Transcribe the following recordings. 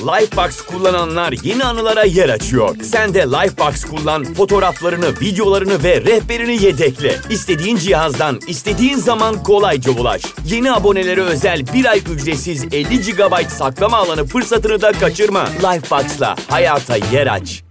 Lifebox kullananlar yeni anılara yer açıyor. Sen de Lifebox kullan, fotoğraflarını, videolarını ve rehberini yedekle. İstediğin cihazdan, istediğin zaman kolayca ulaş. Yeni abonelere özel 1 ay ücretsiz 50 GB saklama alanı fırsatını da kaçırma. Lifebox'la hayata yer aç.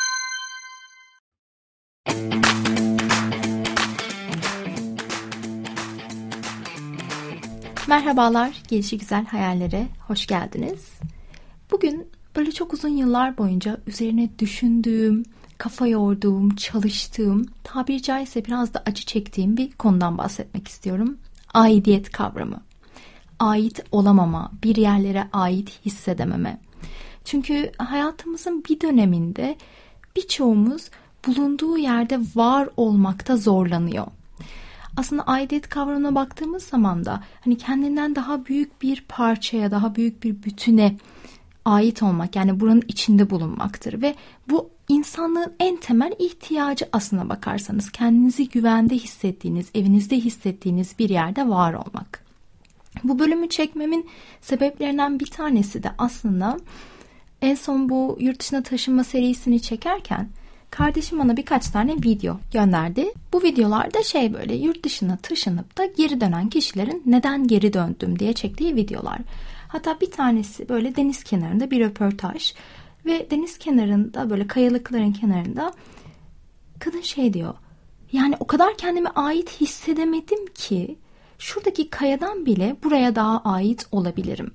Merhabalar, gelişigüzel hayallere hoş geldiniz. Bugün böyle çok uzun yıllar boyunca üzerine düşündüğüm, kafa yorduğum, çalıştığım, tabiri caizse biraz da acı çektiğim bir konudan bahsetmek istiyorum. Aidiyet kavramı. Ait olamama, bir yerlere ait hissedememe. Çünkü hayatımızın bir döneminde birçoğumuz bulunduğu yerde var olmakta zorlanıyor. Aslında aidiyet kavramına baktığımız zaman da hani kendinden daha büyük bir parçaya, daha büyük bir bütüne ait olmak, yani buranın içinde bulunmaktır ve bu insanlığın en temel ihtiyacı aslına bakarsanız. Kendinizi güvende hissettiğiniz, evinizde hissettiğiniz bir yerde var olmak. Bu bölümü çekmemin sebeplerinden bir tanesi de aslında en son bu yurt dışına taşınma serisini çekerken kardeşim bana birkaç tane video gönderdi. Bu videolarda böyle yurt dışına taşınıp da geri dönen kişilerin neden geri döndüm diye çektiği videolar. Hatta bir tanesi böyle deniz kenarında bir röportaj ve deniz kenarında böyle kayalıkların kenarında kadın diyor. Yani o kadar kendime ait hissedemedim ki şuradaki kayadan bile buraya daha ait olabilirim.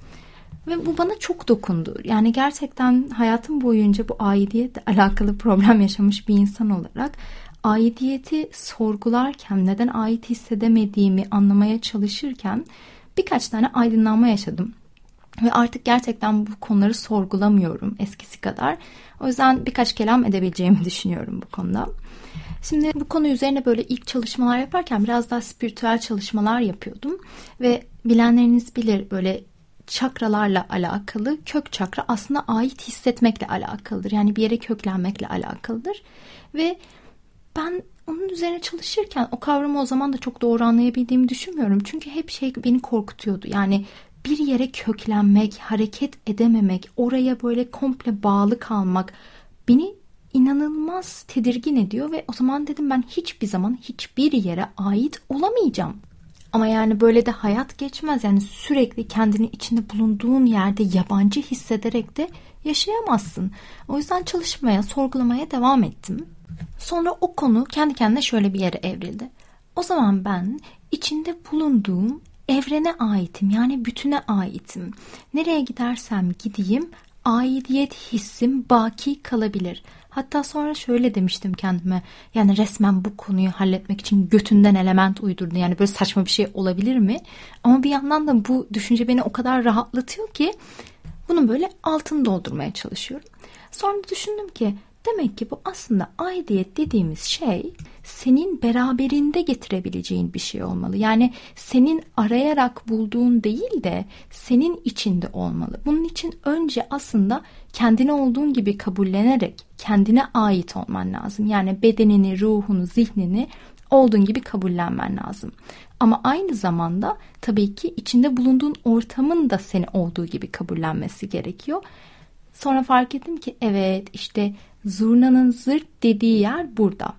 Ve bu bana çok dokundu. Yani gerçekten hayatım boyunca bu aidiyetle alakalı problem yaşamış bir insan olarak aidiyeti sorgularken, neden ait hissedemediğimi anlamaya çalışırken birkaç tane aydınlanma yaşadım. Ve artık gerçekten bu konuları sorgulamıyorum eskisi kadar. O yüzden birkaç kelam edebileceğimi düşünüyorum bu konuda. Şimdi bu konu üzerine böyle ilk çalışmalar yaparken biraz daha spiritüel çalışmalar yapıyordum. Ve bilenleriniz bilir, böyle çakralarla alakalı, kök çakra aslında ait hissetmekle alakalıdır. Yani bir yere köklenmekle alakalıdır. Ve ben onun üzerine çalışırken o kavramı o zaman da çok doğru anlayabildiğimi düşünmüyorum. Çünkü hep beni korkutuyordu. Yani bir yere köklenmek, hareket edememek, oraya böyle komple bağlı kalmak beni inanılmaz tedirgin ediyor ve o zaman dedim ben hiçbir zaman hiçbir yere ait olamayacağım. Ama yani böyle de hayat geçmez. Yani sürekli kendini içinde bulunduğun yerde yabancı hissederek de yaşayamazsın. O yüzden çalışmaya, sorgulamaya devam ettim. Sonra o konu kendi kendine şöyle bir yere evrildi. O zaman ben içinde bulunduğum evrene aitim. Yani bütüne aitim. Nereye gidersem gideyim aidiyet hissim baki kalabilir. Hatta sonra şöyle demiştim kendime. Yani resmen bu konuyu halletmek için götünden element uydurdu. Yani böyle saçma bir şey olabilir mi? Ama bir yandan da bu düşünce beni o kadar rahatlatıyor ki bunun böyle altını doldurmaya çalışıyorum. Sonra düşündüm ki demek ki bu aslında aidiyet dediğimiz şey senin beraberinde getirebileceğin bir şey olmalı. Yani senin arayarak bulduğun değil de senin içinde olmalı. Bunun için önce aslında kendini olduğun gibi kabullenerek kendine ait olman lazım. Yani bedenini, ruhunu, zihnini olduğun gibi kabullenmen lazım. Ama aynı zamanda tabii ki içinde bulunduğun ortamın da seni olduğu gibi kabullenmesi gerekiyor. Sonra fark ettim ki evet, işte zurnanın zırt dediği yer burada.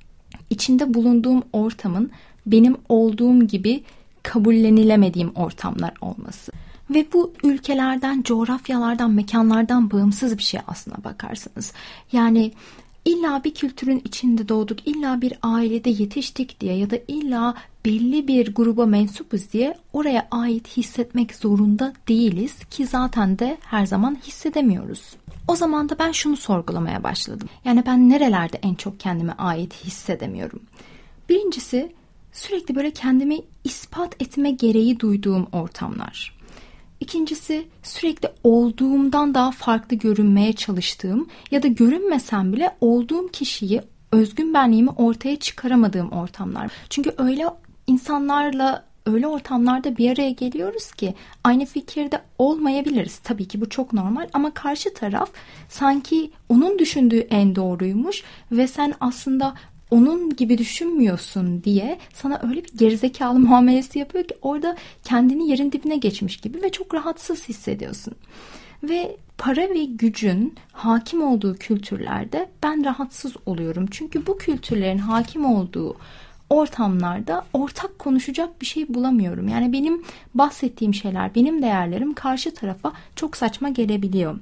İçinde bulunduğum ortamın benim olduğum gibi kabullenilemediğim ortamlar olması. Ve bu ülkelerden, coğrafyalardan, mekanlardan bağımsız bir şey aslına bakarsanız. Yani illa bir kültürün içinde doğduk, illa bir ailede yetiştik diye ya da illa belli bir gruba mensubuz diye oraya ait hissetmek zorunda değiliz ki zaten de her zaman hissedemiyoruz. O zaman da ben şunu sorgulamaya başladım. Yani ben nerelerde en çok kendime ait hissedemiyorum? Birincisi, sürekli böyle kendimi ispat etme gereği duyduğum ortamlar. İkincisi, sürekli olduğumdan daha farklı görünmeye çalıştığım ya da görünmesem bile olduğum kişiyi, özgün benliğimi ortaya çıkaramadığım ortamlar. Çünkü öyle insanlarla, öyle ortamlarda bir araya geliyoruz ki aynı fikirde olmayabiliriz. Tabii ki bu çok normal ama karşı taraf sanki onun düşündüğü en doğruymuş ve sen aslında onun gibi düşünmüyorsun diye sana öyle bir gerizekalı muamelesi yapıyor ki orada kendini yerin dibine geçmiş gibi ve çok rahatsız hissediyorsun. Ve para ve gücün hakim olduğu kültürlerde ben rahatsız oluyorum. Çünkü bu kültürlerin hakim olduğu ortamlarda ortak konuşacak bir şey bulamıyorum. Yani benim bahsettiğim şeyler, benim değerlerim karşı tarafa çok saçma gelebiliyor.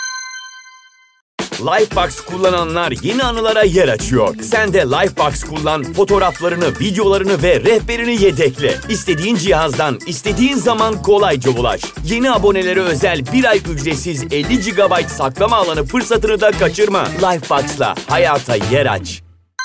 Lifebox kullananlar yeni anılara yer açıyor. Sen de Lifebox kullan, fotoğraflarını, videolarını ve rehberini yedekle. İstediğin cihazdan, istediğin zaman kolayca ulaş. Yeni abonelere özel 1 ay ücretsiz 50 GB saklama alanı fırsatını da kaçırma. Lifebox'la hayata yer aç.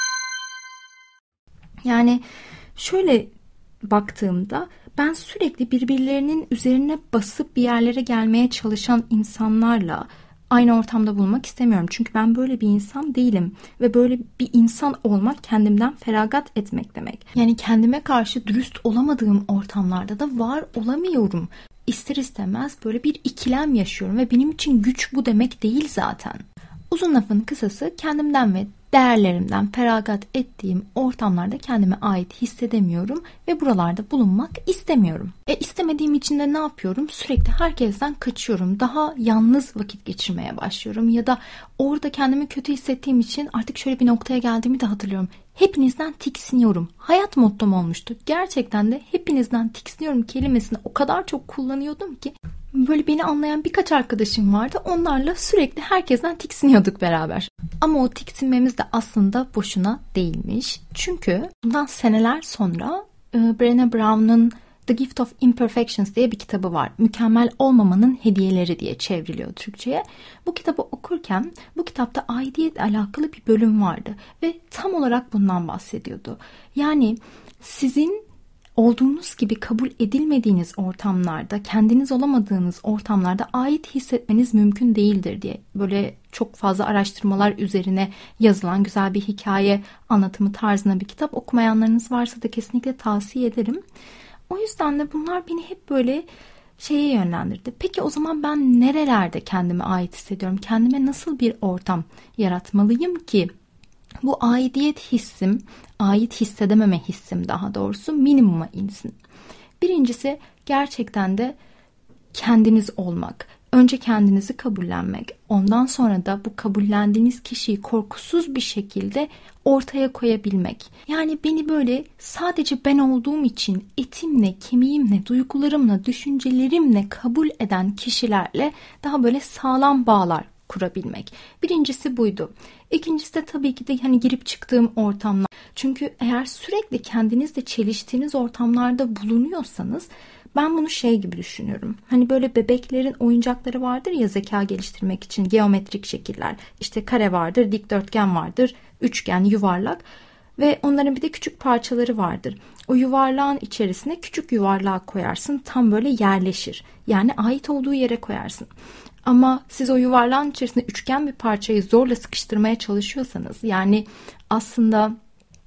Yani şöyle baktığımda ben sürekli birbirlerinin üzerine basıp bir yerlere gelmeye çalışan insanlarla aynı ortamda bulunmak istemiyorum. Çünkü ben böyle bir insan değilim. Ve böyle bir insan olmak kendimden feragat etmek demek. Yani kendime karşı dürüst olamadığım ortamlarda da var olamıyorum. İster istemez böyle bir ikilem yaşıyorum. Ve benim için güç bu demek değil zaten. Uzun lafın kısası, kendimden ve değerlerimden feragat ettiğim ortamlarda kendime ait hissedemiyorum ve buralarda bulunmak istemiyorum. İstemediğim için de ne yapıyorum? Sürekli herkesten kaçıyorum. Daha yalnız vakit geçirmeye başlıyorum ya da orada kendimi kötü hissettiğim için artık şöyle bir noktaya geldiğimi de hatırlıyorum. Hepinizden tiksiniyorum. Hayat mottom olmuştu. Gerçekten de hepinizden tiksiniyorum kelimesini o kadar çok kullanıyordum ki böyle beni anlayan birkaç arkadaşım vardı. Onlarla sürekli herkesten tiksiniyorduk beraber. Ama o tiksinmemiz de aslında boşuna değilmiş. Çünkü bundan seneler sonra Brené Brown'un The Gift of Imperfections diye bir kitabı var. Mükemmel olmamanın hediyeleri diye çevriliyor Türkçe'ye. Bu kitabı okurken bu kitapta aidiyetle alakalı bir bölüm vardı. Ve tam olarak bundan bahsediyordu. Yani sizin olduğunuz gibi kabul edilmediğiniz ortamlarda, kendiniz olamadığınız ortamlarda ait hissetmeniz mümkün değildir diye. Böyle çok fazla araştırmalar üzerine yazılan güzel bir hikaye anlatımı tarzında bir kitap. Okumayanlarınız varsa da kesinlikle tavsiye ederim. O yüzden de bunlar beni hep böyle şeye yönlendirdi. Peki o zaman ben nerelerde kendime ait hissediyorum? Kendime nasıl bir ortam yaratmalıyım ki bu aidiyet hissim, ait hissedememe hissim daha doğrusu minimuma insin. Birincisi gerçekten de kendiniz olmak. Önce kendinizi kabullenmek. Ondan sonra da bu kabullendiğiniz kişiyi korkusuz bir şekilde ortaya koyabilmek. Yani beni böyle sadece ben olduğum için etimle, kemiğimle, duygularımla, düşüncelerimle kabul eden kişilerle daha böyle sağlam bağlar kurabilmek. Birincisi buydu. İkincisi de tabii ki de hani girip çıktığım ortamlar. Çünkü eğer sürekli kendinizle çeliştiğiniz ortamlarda bulunuyorsanız ben bunu şey gibi düşünüyorum. Hani böyle bebeklerin oyuncakları vardır ya zeka geliştirmek için geometrik şekiller. İşte kare vardır, dikdörtgen vardır, üçgen, yuvarlak ve onların bir de küçük parçaları vardır. O yuvarlağın içerisine küçük yuvarlağı koyarsın, tam böyle yerleşir. Yani ait olduğu yere koyarsın. Ama siz o yuvarlağın içerisinde üçgen bir parçayı zorla sıkıştırmaya çalışıyorsanız, yani aslında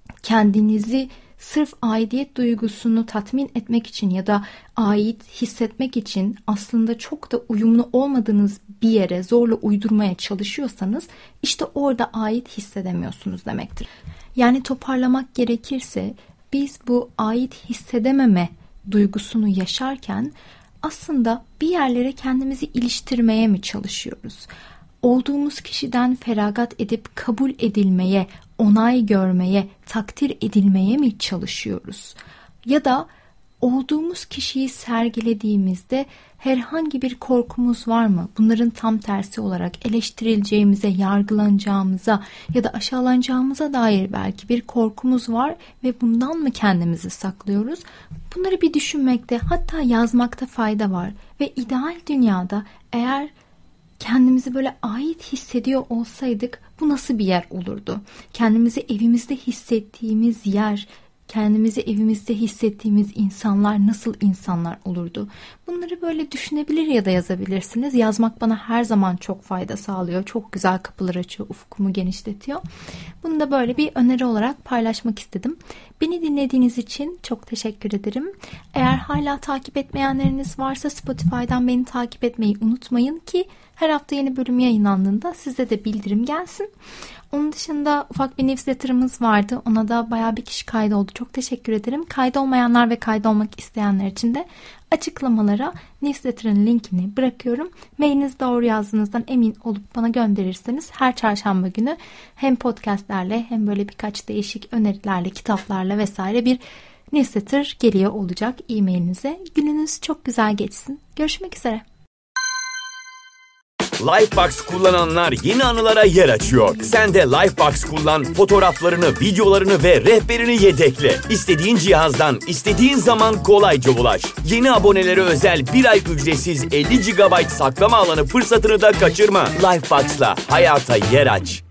kendinizi sırf aidiyet duygusunu tatmin etmek için ya da ait hissetmek için aslında çok da uyumlu olmadığınız bir yere zorla uydurmaya çalışıyorsanız işte orada ait hissedemiyorsunuz demektir. Yani toparlamak gerekirse biz bu ait hissedememe duygusunu yaşarken aslında bir yerlere kendimizi iliştirmeye mi çalışıyoruz? Olduğumuz kişiden feragat edip kabul edilmeye, onay görmeye, takdir edilmeye mi çalışıyoruz? Ya da olduğumuz kişiyi sergilediğimizde herhangi bir korkumuz var mı? Bunların tam tersi olarak eleştirileceğimize, yargılanacağımıza ya da aşağılanacağımıza dair belki bir korkumuz var ve bundan mı kendimizi saklıyoruz? Bunları bir düşünmekte, hatta yazmakta fayda var. Ve ideal dünyada eğer kendimizi böyle ait hissediyor olsaydık bu nasıl bir yer olurdu? Kendimizi evimizde hissettiğimiz yer, kendimizi evimizde hissettiğimiz insanlar nasıl insanlar olurdu? Bunları böyle düşünebilir ya da yazabilirsiniz. Yazmak bana her zaman çok fayda sağlıyor. Çok güzel kapılar açıyor, ufkumu genişletiyor. Bunu da böyle bir öneri olarak paylaşmak istedim. Beni dinlediğiniz için çok teşekkür ederim. Eğer hala takip etmeyenleriniz varsa Spotify'dan beni takip etmeyi unutmayın ki her hafta yeni bölüm yayınlandığında size de bildirim gelsin. Onun dışında ufak bir newsletter'ımız vardı. Ona da bayağı bir kişi kaydoldu. Çok teşekkür ederim. Kaydolmayanlar ve kaydolmak isteyenler için de Açıklamalara newsletter'ın linkini bırakıyorum. Mailinizi doğru yazdığınızdan emin olup bana gönderirseniz her çarşamba günü hem podcastlerle hem böyle birkaç değişik önerilerle, kitaplarla vesaire bir newsletter geliyor olacak e-mailinize. Gününüz çok güzel geçsin. Görüşmek üzere. Lifebox kullananlar yeni anılara yer açıyor. Sen de Lifebox kullan, fotoğraflarını, videolarını ve rehberini yedekle. İstediğin cihazdan, istediğin zaman kolayca ulaş. Yeni abonelere özel 1 ay ücretsiz 50 GB saklama alanı fırsatını da kaçırma. Lifebox'la hayata yer aç.